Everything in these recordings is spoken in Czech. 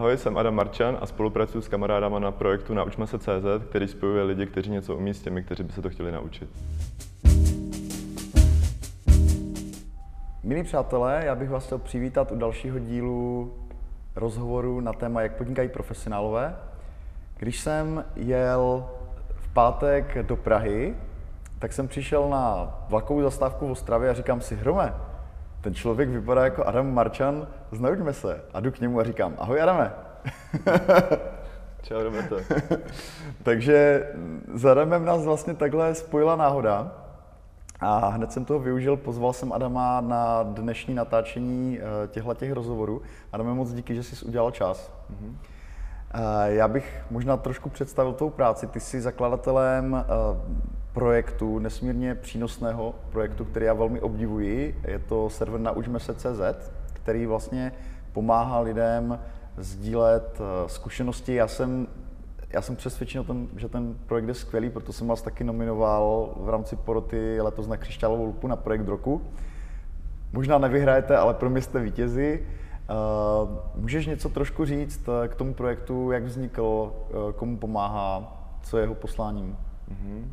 Ahoj, jsem Adam Marčan a spolupracuji s kamarádama na projektu Naučme se CZ, který spojuje lidi, kteří něco umí s těmi, kteří by se to chtěli naučit. Milí přátelé, já bych vás chtěl přivítat u dalšího dílu rozhovoru na téma, jak podnikají profesionálové. Když jsem jel v pátek do Prahy, tak jsem přišel na vlakovou zastávku v Ostravě a říkám si, Hrome, ten člověk vypadá jako Adam Marčan, Naučme se. A jdu k němu a říkám, ahoj Adame. Čau, Roberto. Takže s Adamem nás vlastně takhle spojila náhoda. A hned jsem toho využil, pozval jsem Adama na dnešní natáčení těchto rozhovorů. Adame, moc díky, že jsi udělal čas. Mm-hmm. Já bych možná trošku představil tou práci. Ty jsi zakladatelem projektu, nesmírně přínosného projektu, který já velmi obdivuji. Je to server Naučme se CZ, který vlastně pomáhá lidem sdílet zkušenosti. Já jsem přesvědčen o tom, že ten projekt je skvělý, proto jsem vás taky nominoval v rámci poroty letos na Křišťálovou lupu na projekt roku. Možná nevyhrajete, ale pro mě jste vítězi. Můžeš něco trošku říct k tomu projektu, jak vznikl, komu pomáhá, co je jeho posláním? Mm-hmm.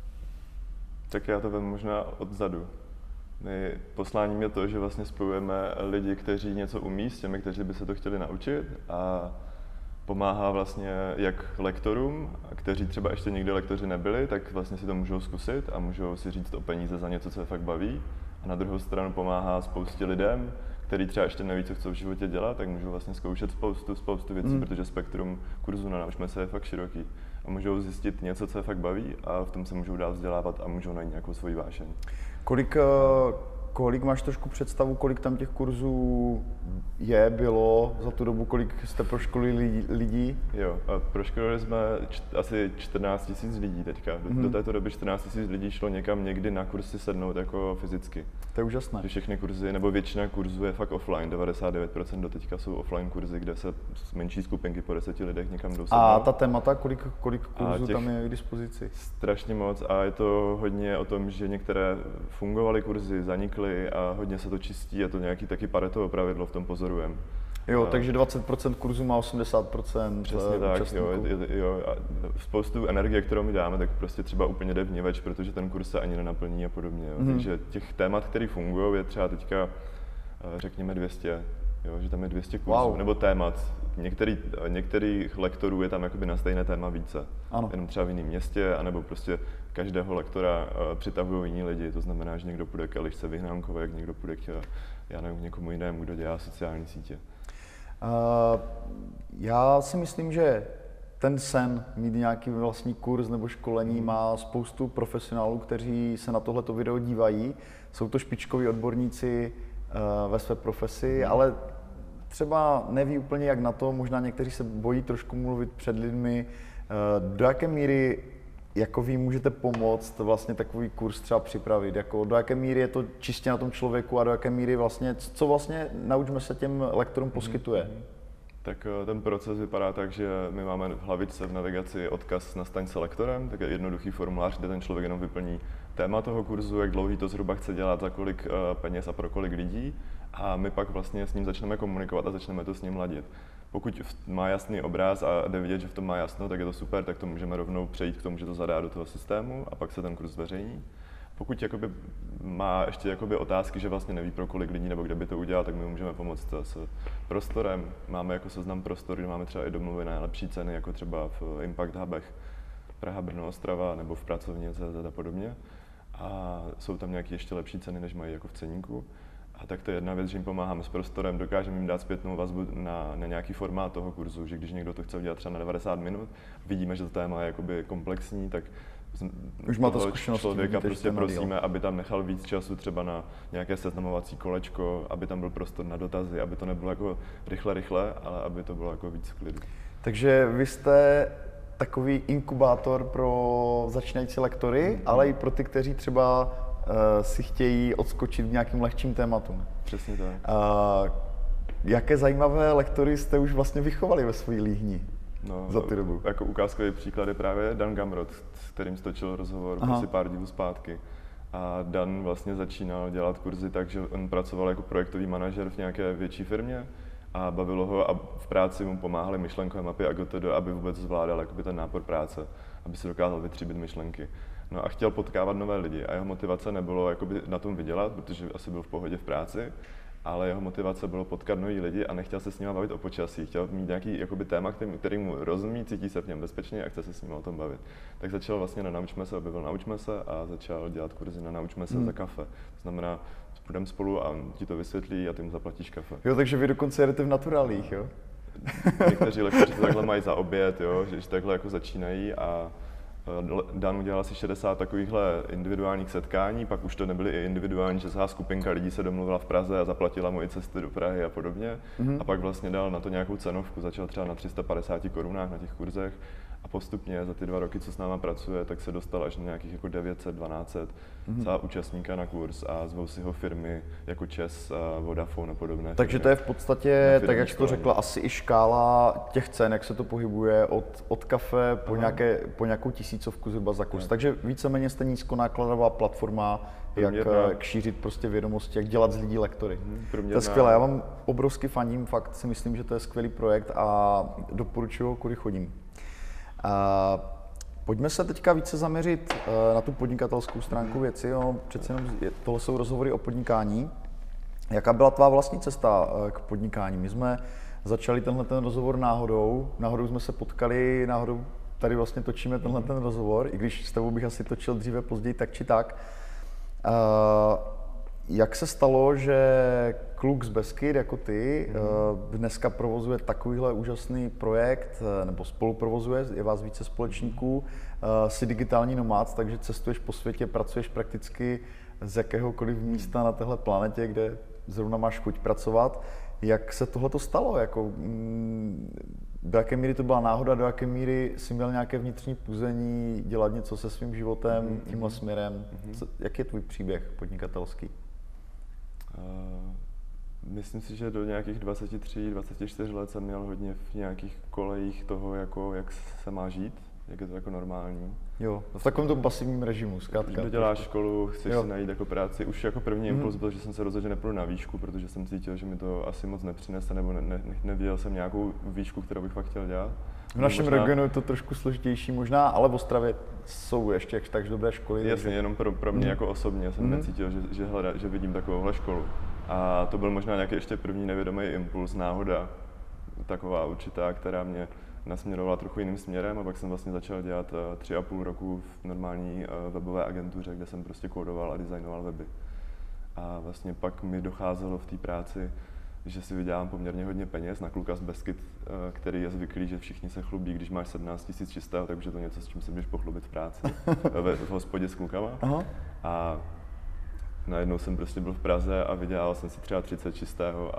Tak já to vemu možná odzadu. Posláním je to, že vlastně spojujeme lidi, kteří něco umí s těmi, kteří by se to chtěli naučit, a pomáhá vlastně jak lektorům, kteří třeba ještě nikdy lektoři nebyli, tak vlastně si to můžou zkusit a můžou si říct o peníze za něco, co je fakt baví. A na druhou stranu pomáhá spoustě lidem, kteří třeba ještě neví, co chcou v životě dělat, tak můžou vlastně zkoušet spoustu věcí, protože spektrum kurzů na Naučme se je fakt široký. A můžou zjistit něco, co je fakt baví, a v tom se můžou dál vzdělávat a můžou najít nějakou svoji vášeň. Kolik máš trošku představu, kolik tam těch kurzů bylo za tu dobu, kolik jste proškolili lidí? Jo, a proškolili jsme asi 14 000 lidí teďka. Do této doby 14 000 lidí šlo někam někdy na kurzy sednout jako fyzicky. To je úžasné. Že všechny kurzy, nebo většina kurzů je fakt offline, 99% do teďka jsou offline kurzy, kde se menší skupinky po 10 lidech někam jdou sednout. A ta témata, kolik kurzů tam je k dispozici? Strašně moc, a je to hodně o tom, že některé fungovaly kurzy, zanikly a hodně se to čistí, je to nějaký taky Paretovo pravidlo, v tom pozorujeme. Jo, takže 20% kurzů má 80% přesně tak, jo. A spoustu energie, kterou my dáme, tak prostě třeba úplně jde vniveč, protože ten kurz se ani nenaplní a podobně. Jo. Takže těch témat, které fungují, je třeba teďka, řekněme 200, jo, že tam je 200 kurzů, nebo témat. Některých lektorů je tam jakoby na stejné téma více. Ano. Jenom třeba v jiném městě, anebo prostě každého lektora přitahují jiní lidi. To znamená, že někdo půjde k Elišce Vyhnánkové, někdo půjde k někomu jinému, kdo dělá sociální sítě. Já si myslím, že ten sen mít nějaký vlastní kurz nebo školení má spoustu profesionálů, kteří se na tohleto video dívají. Jsou to špičkoví odborníci ve své profesi, ale třeba neví úplně jak na to, možná někteří se bojí trošku mluvit před lidmi. Do jaké míry jako vy můžete pomoct vlastně takový kurz třeba připravit? Jako do jaké míry je to čistě na tom člověku a do jaké míry vlastně, co vlastně Naučme se těm lektorům poskytuje? Tak ten proces vypadá tak, že my máme v hlavičce v navigaci odkaz na staň se lektorem, tak je jednoduchý formulář, kde ten člověk jenom vyplní téma toho kurzu, jak dlouhý to zhruba chce dělat, za kolik peněz a pro kolik lidí, a my pak vlastně s ním začneme komunikovat a začneme to s ním ladit. Pokud má jasný obraz a jde vidět, že v tom má jasno, tak je to super, tak to můžeme rovnou přejít k tomu, že to zadá do toho systému a pak se ten kurz zveřejní. Pokud jakoby má ještě jakoby otázky, že vlastně neví pro kolik lidí nebo kde by to udělat, tak my můžeme pomoct s prostorem. Máme jako seznam prostor, kde máme třeba i domluvené lepší ceny, jako třeba v Impact Hubech Praha, Brno, Ostrava nebo v pracovně CZ a podobně. A jsou tam nějaké ještě lepší ceny, než mají jako v ceníku. A tak to je jedna věc, že jim pomáháme s prostorem, dokážeme jim dát zpětnou vazbu na nějaký formát toho kurzu, že když někdo to chce udělat třeba na 90 minut, vidíme, že to téma je jakoby komplexní, tak už má to zkušenost, člověka prostě prosíme, aby tam nechal víc času třeba na nějaké seznamovací kolečko, aby tam byl prostor na dotazy, aby to nebylo jako rychle, ale aby to bylo jako víc v klidu. Takže vy jste takový inkubátor pro začínající lektory, ale i pro ty, kteří třeba si chtějí odskočit k nějakým lehčím tématům. Přesně tak. Jaké zajímavé lektory jste už vlastně vychovali ve své líhni za tu dobu? Jako ukázkový příklad je právě Dan Gamrot, s kterým stočil rozhovor asi pár dílů zpátky. A Dan vlastně začínal dělat kurzy tak, že on pracoval jako projektový manažer v nějaké větší firmě a bavilo ho a v práci mu pomáhali myšlenkové mapy a GTD, aby vůbec zvládal jakoby ten nápor práce, aby si dokázal vytříbit myšlenky. No a chtěl potkávat nové lidi a jeho motivace nebylo jakoby na tom vydělat, protože asi byl v pohodě v práci, ale jeho motivace bylo potkat nový lidi a nechtěl se s nimi bavit o počasí. Chtěl mít nějaký jakoby téma, který mu rozumí, cítí se v něm bezpečně a chce se s ním o tom bavit. Tak začal vlastně na Naučme se, objevil Naučme se a začal dělat kurzy na Naučme se za kafe. To znamená, půjdeme spolu a on ti to vysvětlí a ty mu zaplatíš kafe. Jo, takže vy dokonce jedete v naturálích, jo? Někteří lektoři to takhle mají za oběd, jo, že takhle jako začínají a Dan udělal asi 60 takovýchhle individuálních setkání, pak už to nebyly i individuální, že celá skupinka lidí se domluvila v Praze a zaplatila mu i cesty do Prahy a podobně. A pak vlastně dal na to nějakou cenovku, začal třeba na 350 korunách na těch kurzech a postupně za ty 2 roky, co s náma pracuje, tak se dostal až na nějakých jako 900, 1200 za účastníka na kurz a zvou si ho firmy jako ČES, Vodafone a podobné. Takže firmy. to je v podstatě, tak jak jsi to řekla, asi i škála těch cen, jak se to pohybuje od kafe po nějakou tisícovku zhruba za kurz. Takže víceméně jste nízkonákladová platforma, jak šířit prostě vědomosti, jak dělat z lidí lektory. To je skvělé, já vám obrovsky fandím, fakt si myslím, že to je skvělý projekt a doporučuji ho, kudy chodím. Pojďme se teďka více zaměřit na tu podnikatelskou stránku věci. Jo. Přece jenom tohle jsou rozhovory o podnikání. Jaká byla tvá vlastní cesta k podnikání? My jsme začali tenhle rozhovor náhodou jsme se potkali, náhodou tady vlastně točíme tenhle rozhovor, i když s tebou bych asi točil dříve, později, tak či tak. Jak se stalo, že kluk z Beskyd jako ty dneska provozuje takovýhle úžasný projekt, nebo spoluprovozuje, je vás více společníků, jsi digitální nomád, takže cestuješ po světě, pracuješ prakticky z jakéhokoliv místa na téhle planetě, kde zrovna máš chuť pracovat. Jak se tohle stalo? Jako, do jaké míry to byla náhoda, do jaké míry jsi měl nějaké vnitřní puzení dělat něco se svým životem tímhle směrem? Jak je tvůj příběh podnikatelský? Myslím si, že do nějakých 23, 24 let jsem měl hodně v nějakých kolejích toho, jako, jak se má žít, jak je to jako normální. Jo, v takovém tom pasivním režimu, zkrátka. Doděláš školu, chceš si najít jako práci. Už jako první impuls byl, že jsem se rozhodl, že nepůjdu na výšku, protože jsem cítil, že mi to asi moc nepřinese, nebo neviděl jsem nějakou výšku, kterou bych fakt chtěl dělat. V našem regionu je to trošku složitější možná, ale v Ostravě jsou ještě tak dobré školy. Jasně, takže... jenom pro mě jako osobně jsem necítil, že vidím takovouhle školu. A to byl možná nějaký ještě první nevědomý impuls, náhoda, taková určitá, která mě nasměrovala trochu jiným směrem a pak jsem vlastně začal dělat 3,5 roku v normální webové agentuře, kde jsem prostě kódoval a designoval weby. A vlastně pak mi docházelo v té práci, že si vydělám poměrně hodně peněz na kluka z Beskyd, který je zvyklý, že všichni se chlubí, když máš 17 000 čistého, takže je to něco, s čím se můžeš pochlubit v práci, v hospodě s klukama. Aha. A najednou jsem prostě byl v Praze a vydělal jsem si třeba 30 čistého,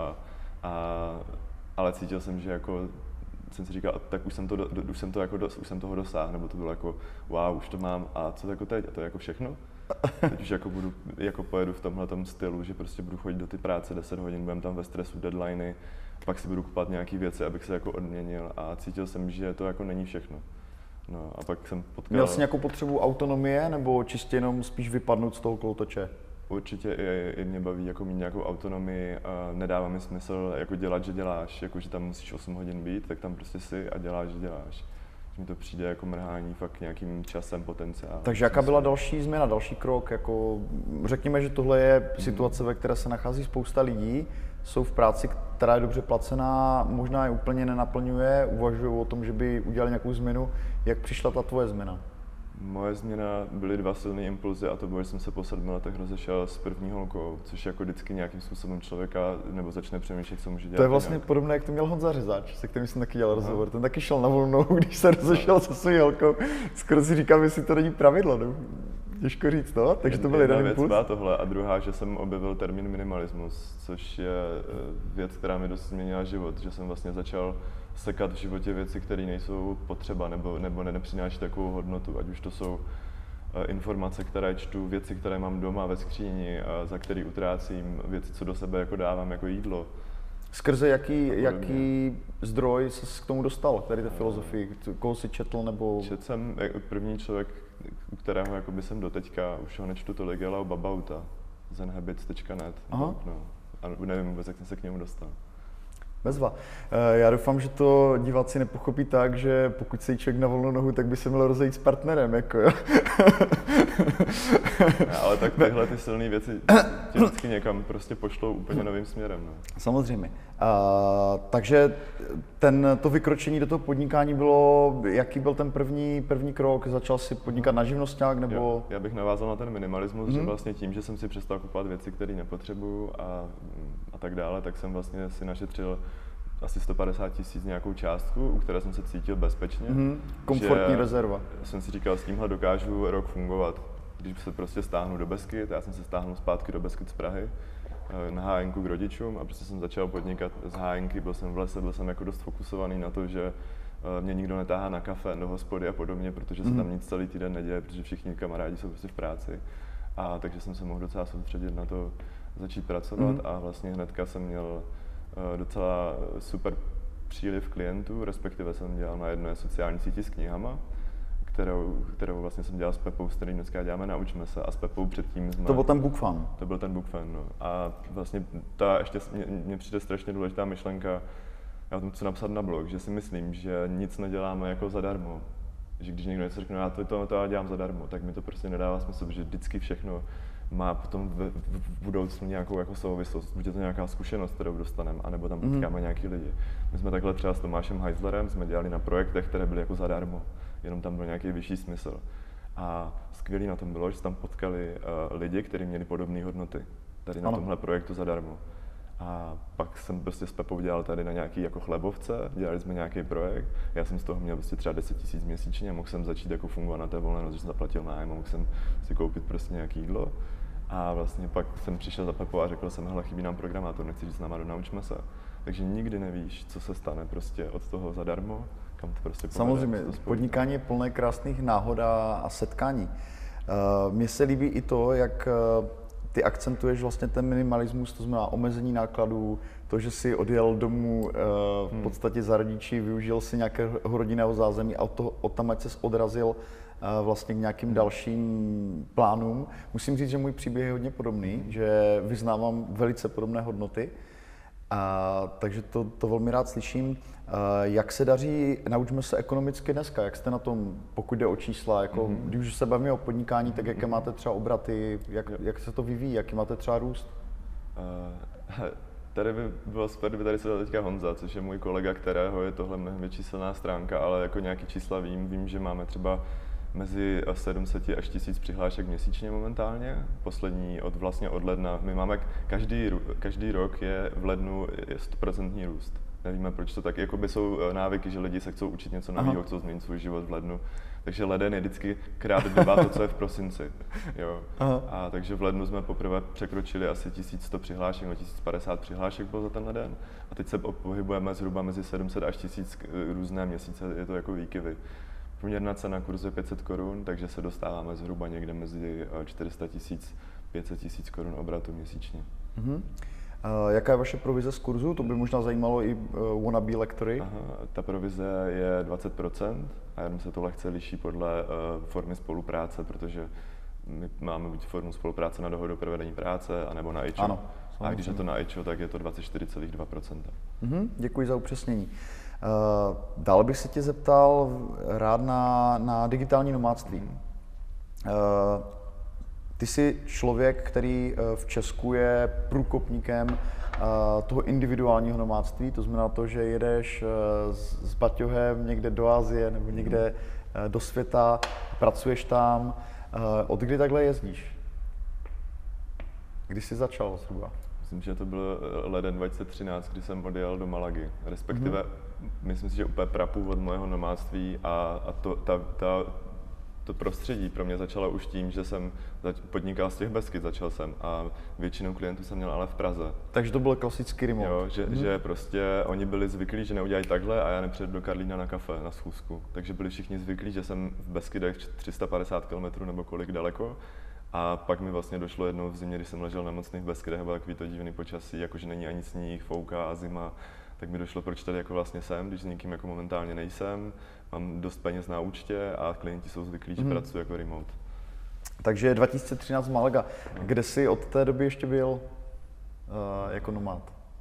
ale cítil jsem, že jako jsem si říkal, tak už jsem toho dosáhl, nebo to bylo jako wow, už to mám a co jako teď, a to je jako všechno? Teď už jako pojedu v tomhletom stylu, že prostě budu chodit do ty práce 10 hodin, budem tam ve stresu, deadliny, pak si budu kupovat nějaký věci, abych se jako odměnil a cítil jsem, že to jako není všechno. No a pak jsem potkal... Měl jsi nějakou potřebu autonomie, nebo čistě jenom spíš vypadnout z toho kolotoče? Určitě i mě baví jako mít nějakou autonomii a nedává mi smysl jako dělat, že děláš, jako že tam musíš 8 hodin být, tak tam prostě si a děláš, že děláš. Že mi to přijde jako mrhání fakt nějakým časem, potenciálem. Takže jaká byla další změna, další krok? Jako, řekněme, že tohle je situace, ve které se nachází spousta lidí, jsou v práci, která je dobře placená, možná je úplně nenaplňuje, uvažují o tom, že by udělali nějakou změnu. Jak přišla ta tvoje změna? Moje změna byly 2 silné impulzy a to bylo, že jsem se po 7 letech rozešel s první holkou, což jako vždycky nějakým způsobem člověka nebo začne přemýšlet, co může dělat. To je vlastně podobné, jak to měl Honza Řezáč, se kterým jsem taky dělal rozhovor. Ten taky šel na volnou, když se rozešel se svou holkou. Skoro si říkám, jestli to není pravidlo. No? Těžko říct, no? Takže to byl jeden impuls. Byla tohle a druhá, že jsem objevil termín minimalismus, což je věc, která mi dost změnila život, že jsem vlastně začal sekat v životě věci, které nejsou potřeba nebo nepřináší takovou hodnotu, ať už to jsou informace, které čtu, věci, které mám doma ve skříni, za které utrácím, věci, co do sebe jako dávám jako jídlo. Skrze jaký zdroj se k tomu dostal, tady té filozofii? Koho jsi četl nebo? Četl jsem první člověk, u kterého jakoby jsem doteďka, už ho nečtu tolik, Leo Babauta, zenhabits.net. No, a nevím vůbec, jak jsem se k němu dostal. Bezva. Já doufám, že to diváci nepochopí tak, že pokud se jí člověk na volnou nohu, tak by se měl rozejít s partnerem, jako jo. Ale tak tyhle ty silné věci tě vždycky někam prostě pošlou úplně novým směrem. No. Samozřejmě. Takže to vykročení do toho podnikání bylo, jaký byl ten první krok? Začal si podnikat na živnostňák nebo? Jo, já bych navázal na ten minimalismus, že vlastně tím, že jsem si přestal kupovat věci, které nepotřebuju a tak dále, tak jsem vlastně si našetřil asi 150 000 nějakou částku, u které jsem se cítil bezpečně. Komfortní rezerva. Jsem si říkal, s tímhle dokážu rok fungovat. Když se prostě stáhnu do Beskyt, já jsem se stáhnul zpátky do Beskyt z Prahy, na hájenku k rodičům a prostě jsem začal podnikat z hájenky, byl jsem v lese, byl jsem jako dost fokusovaný na to, že mě nikdo netáhá na kafe, do hospody a podobně, protože se tam nic celý týden neděje, protože všichni kamarádi jsou prostě v práci. A takže jsem se mohl docela soustředit na to začít pracovat a vlastně hnedka jsem měl docela super příliv klientů, respektive jsem dělal na jedné sociální síti s knihama, kterou vlastně jsem dělal s Pepou, s kterým dneska děláme Naučme se, a s Pepou předtím jsme... To byl ten BookFan. To byl ten BookFan, no. A vlastně ještě mně přijde strašně důležitá myšlenka, já o tom chci napsat na blog, že si myslím, že nic neděláme jako zadarmo. Že když někdo něco řekne, já to dělám zadarmo, tak mi to prostě nedává smysl, protože vždycky všechno má potom v budoucnu nějakou jako souvislost, buď je to nějaká zkušenost, kterou dostaneme, anebo tam potkáme nějaký lidi. My jsme takhle třeba s Tomášem Heislerem jsme dělali na projektech, které byly jako zadarmo, jenom tam byl nějaký vyšší smysl. A skvělý na tom bylo, že jsme tam potkali lidi, kteří měli podobné hodnoty tady na tomhle projektu zadarmo. A pak jsem prostě s Pepou dělal tady na nějaký jako chlebovce, dělali jsme nějaký projekt, já jsem z toho měl prostě třeba 10 000 měsíčně a mohl jsem začít jako fungovat na té volné noze, že jsem zaplatil nájem a mohl jsem si koupit prostě nějaký jídlo. A vlastně pak jsem přišel za Pepou a řekl jsem, hele, chybí nám programátor, nechci jít s náma do Naučme se. Takže nikdy nevíš, co se stane prostě od toho zadarmo, kam to prostě povede. Samozřejmě, podnikání je plné krásných náhod a setkání. Mně se líbí i to, jak ty akcentuješ vlastně ten minimalismus, to znamená omezení nákladů, to, že jsi odjel domů v podstatě za rodiči, využil si nějakého rodinného zázemí a od tam ať ses odrazil vlastně k nějakým dalším plánům. Musím říct, že můj příběh je hodně podobný, že vyznávám velice podobné hodnoty, takže to velmi rád slyším. Jak se daří, Naučme se ekonomicky dneska, jak jste na tom, pokud jde o čísla, jako, když už se bavíme o podnikání, tak jaké máte třeba obraty, jak se to vyvíjí, jaký máte třeba růst? Tady by bylo super, kdyby tady seděl teďka Honza, což je můj kolega, kterého je tohle mnohem větší silná stránka, ale jako nějaký čísla vím, že máme třeba mezi 700 až 1000 přihlášek měsíčně momentálně, poslední od ledna. My máme každý rok je v lednu 100% růst. Nevíme, proč to tak, jakoby jsou návyky, že lidi se chcou učit něco nového, chcou změnit svůj život v lednu. Takže leden je vždycky krát 2 to, co je v prosinci. Jo. A takže v lednu jsme poprvé překročili asi 1100 přihlášek, 1050 přihlášek bylo za ten leden. A teď se pohybujeme zhruba mezi 700 až 1000 různé měsíce, je to jako výkyvy. Průměrná cena kurzu je 500 korun, takže se dostáváme zhruba někde mezi 400 000 500 000 korun obratu měsíčně. Jaká je vaše provize z kurzu? To by možná zajímalo i wannabe lektory. Ta provize je 20% a jenom se to lehce liší podle formy spolupráce, protože my máme buď formu spolupráce na dohodu o provedení práce, anebo na IČO. Ano, a když je to na IČO, tak je to 24,2%. Děkuji za upřesnění. Dál bych se tě zeptal rád na digitální nomádství. Ty jsi člověk, který v Česku je průkopníkem toho individuálního nomádství, to znamená to, že jedeš s baťohem někde do Asie nebo někde do světa, pracuješ tam. Od kdy takhle jezdíš? Kdy jsi začal zhruba? Myslím, že to byl leden 2013, kdy jsem odjel do Malagy, respektive myslím si, že úplně prapůvod mojeho nomádství a to prostředí pro mě začalo už tím, že jsem podnikal z těch Beskyt, začal jsem a většinou klientů jsem měl ale v Praze. Takže to byl klasický remote. Jo, že prostě oni byli zvyklí, že neudělají takhle a já nepřijedu do Karlína na kafe, na schůzku. Takže byli všichni zvyklí, že jsem v Beskydech 350 km nebo kolik daleko. A pak mi vlastně došlo jednou v zimě, když jsem ležel nemocný v Beskydech, bylo takový to divný počasí, jakože není ani sníh, fouká a zima, tak mi došlo, proč tady jako vlastně jsem, když s nikým jako momentálně nejsem, mám dost peněz na účtě a klienti jsou zvyklí, že pracuji jako remote. Takže 2013 Malaga. Kde jsi od té doby ještě byl jako nomád?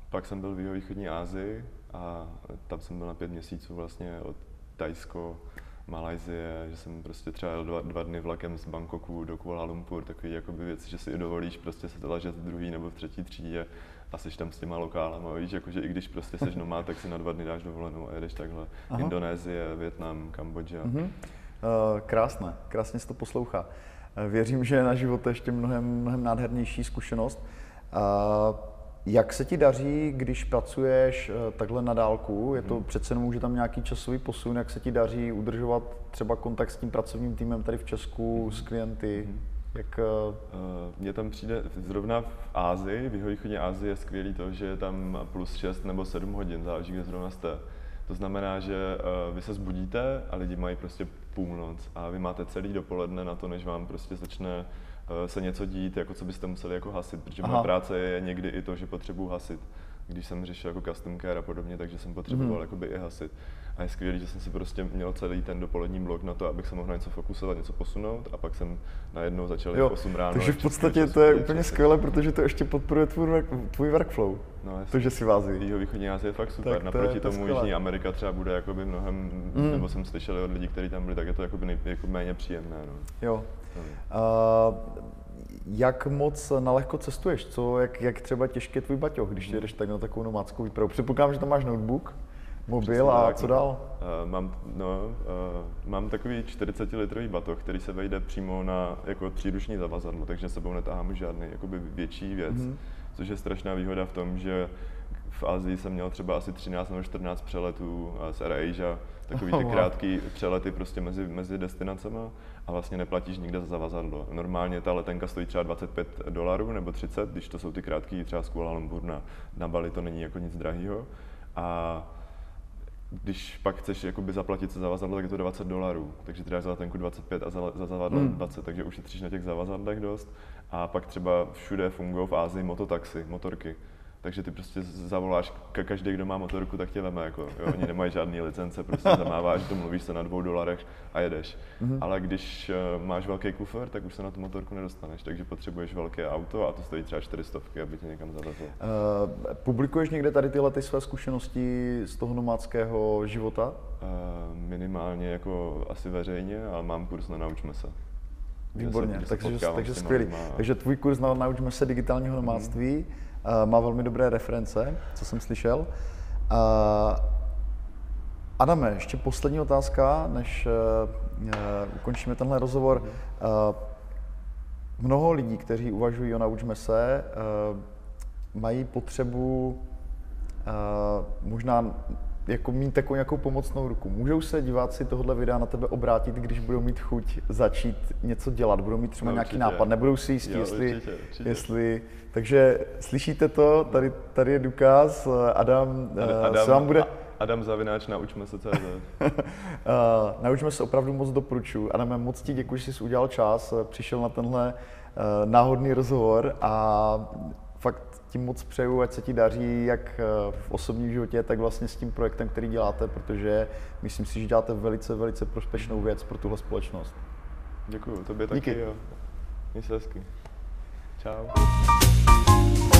Pak jsem byl v jihovýchodní Asii a tam jsem byl na 5 měsíců vlastně od Thajsko, Malajsie, že jsem prostě třeba jel 2 dny vlakem z Bangkoku do Kuala Lumpur, takový jakoby věci, že si i dovolíš prostě se ležet v druhý nebo v třetí třídě a jsi tam s těma lokálama, víš, jakože i když prostě seš nomad, tak si na 2 dny dáš dovolenou a jedeš takhle. Aha. Indonésie, Vietnam, Kambodža. Krásné, krásně se to poslouchá. Věřím, že je na život ještě mnohem nádhernější zkušenost. Jak se ti daří, když pracuješ takhle na dálku? Je to přece jenom, může tam nějaký časový posun, jak se ti daří udržovat třeba kontakt s tím pracovním týmem tady v Česku, s klienty? Jak... Mně tam přijde, zrovna v Asii, v jihovýchodní Asii je skvělý to, že je tam plus 6 nebo 7 hodin, záleží, kde zrovna jste. To znamená, že vy se zbudíte a lidi mají prostě půlnoc a vy máte celý dopoledne na to, než vám prostě začne se něco dít, jako co byste museli jako hasit, protože moje práce je někdy i to, že potřebuji hasit. Když jsem řešil jako custom care a podobně, takže jsem potřeboval jakoby i hasit. A je skvělý, že jsem si prostě měl celý ten dopolední blok na to, abych se mohl na něco fokusovat, něco posunout a pak jsem najednou začal v 8 ráno. Takže v podstatě to je úplně skvělé, protože to ještě podporuje tvůj workflow. No, to, že si v Asii. Jihovýchodní Asie je fakt super. Naproti tomu Jižní Amerika třeba bude jakoby mnohem, nebo jsem slyšel od lidí, kteří tam byli, tak je to jakoby méně příjemné. No. Jo. Jak moc nalehko cestuješ? Jak třeba těžký je tvůj baťoh, když jedeš tak na takovou nomádskou výpravu? Předpokládám, že tam máš notebook, mobil a co dál? Mám takový 40-litrový batoh, který se vejde přímo na jako příruční zavazadlo, takže sebou netahám žádný jakoby větší věc, což je strašná výhoda v tom, že v Asii jsem měl třeba asi 13 nebo 14 přeletů z AirAsia, takový ty krátký přelety prostě mezi destinacemi a vlastně neplatíš nikde za zavazadlo. Normálně ta letenka stojí třeba $25 nebo 30, když to jsou ty krátký třeba z Kuala Lumpur na Bali, to není jako nic drahýho. A když pak chceš jakoby zaplatit za zavazadlo, tak je to $20, takže ty dáš za letenku 25 a za zavazadlo 20, takže ušetříš na těch zavazadlech dost. A pak třeba všude fungují v Asii mototaxi, motorky. Takže ty prostě zavoláš, každý, kdo má motorku, tak tě veme, jako, jo, oni nemají žádný licence, prostě zamáváš, domluvíš se na $2 a jedeš. Ale když máš velký kufr, tak už se na tu motorku nedostaneš, takže potřebuješ velké auto a to stojí třeba 400, aby tě někam zavezlo. Publikuješ někde tady tyhle své zkušenosti z toho nomádského života? Minimálně jako asi veřejně, ale mám kurz na Naučme se. Výborně, takže skvělý. Takže tvůj kurz na Naučme se digitálního nomádství má velmi dobré reference, co jsem slyšel. Adame, ještě poslední otázka, než ukončíme tenhle rozhovor. Mnoho lidí, kteří uvažují o Naučme se, mají potřebu možná jako mít takovou nějakou pomocnou ruku. Můžou se diváci tohohle videa na tebe obrátit, když budou mít chuť začít něco dělat, budou mít třeba nějaký nápad, nebudou si jistí, jestli... Takže slyšíte to, tady je důkaz, Adam se vám bude... Adam@naučmese.cz Naučme se opravdu moc doporučuji. Adame, moc ti děkuji, že jsi udělal čas, přišel na tenhle náhodný rozhovor a fakt tím moc přeju, ať se ti daří jak v osobním životě, tak vlastně s tím projektem, který děláte, protože myslím si, že děláte velice prospěšnou věc pro tuhle společnost. Děkuju, tobě taky. Díky. Jo. Měj se hezky. Čau.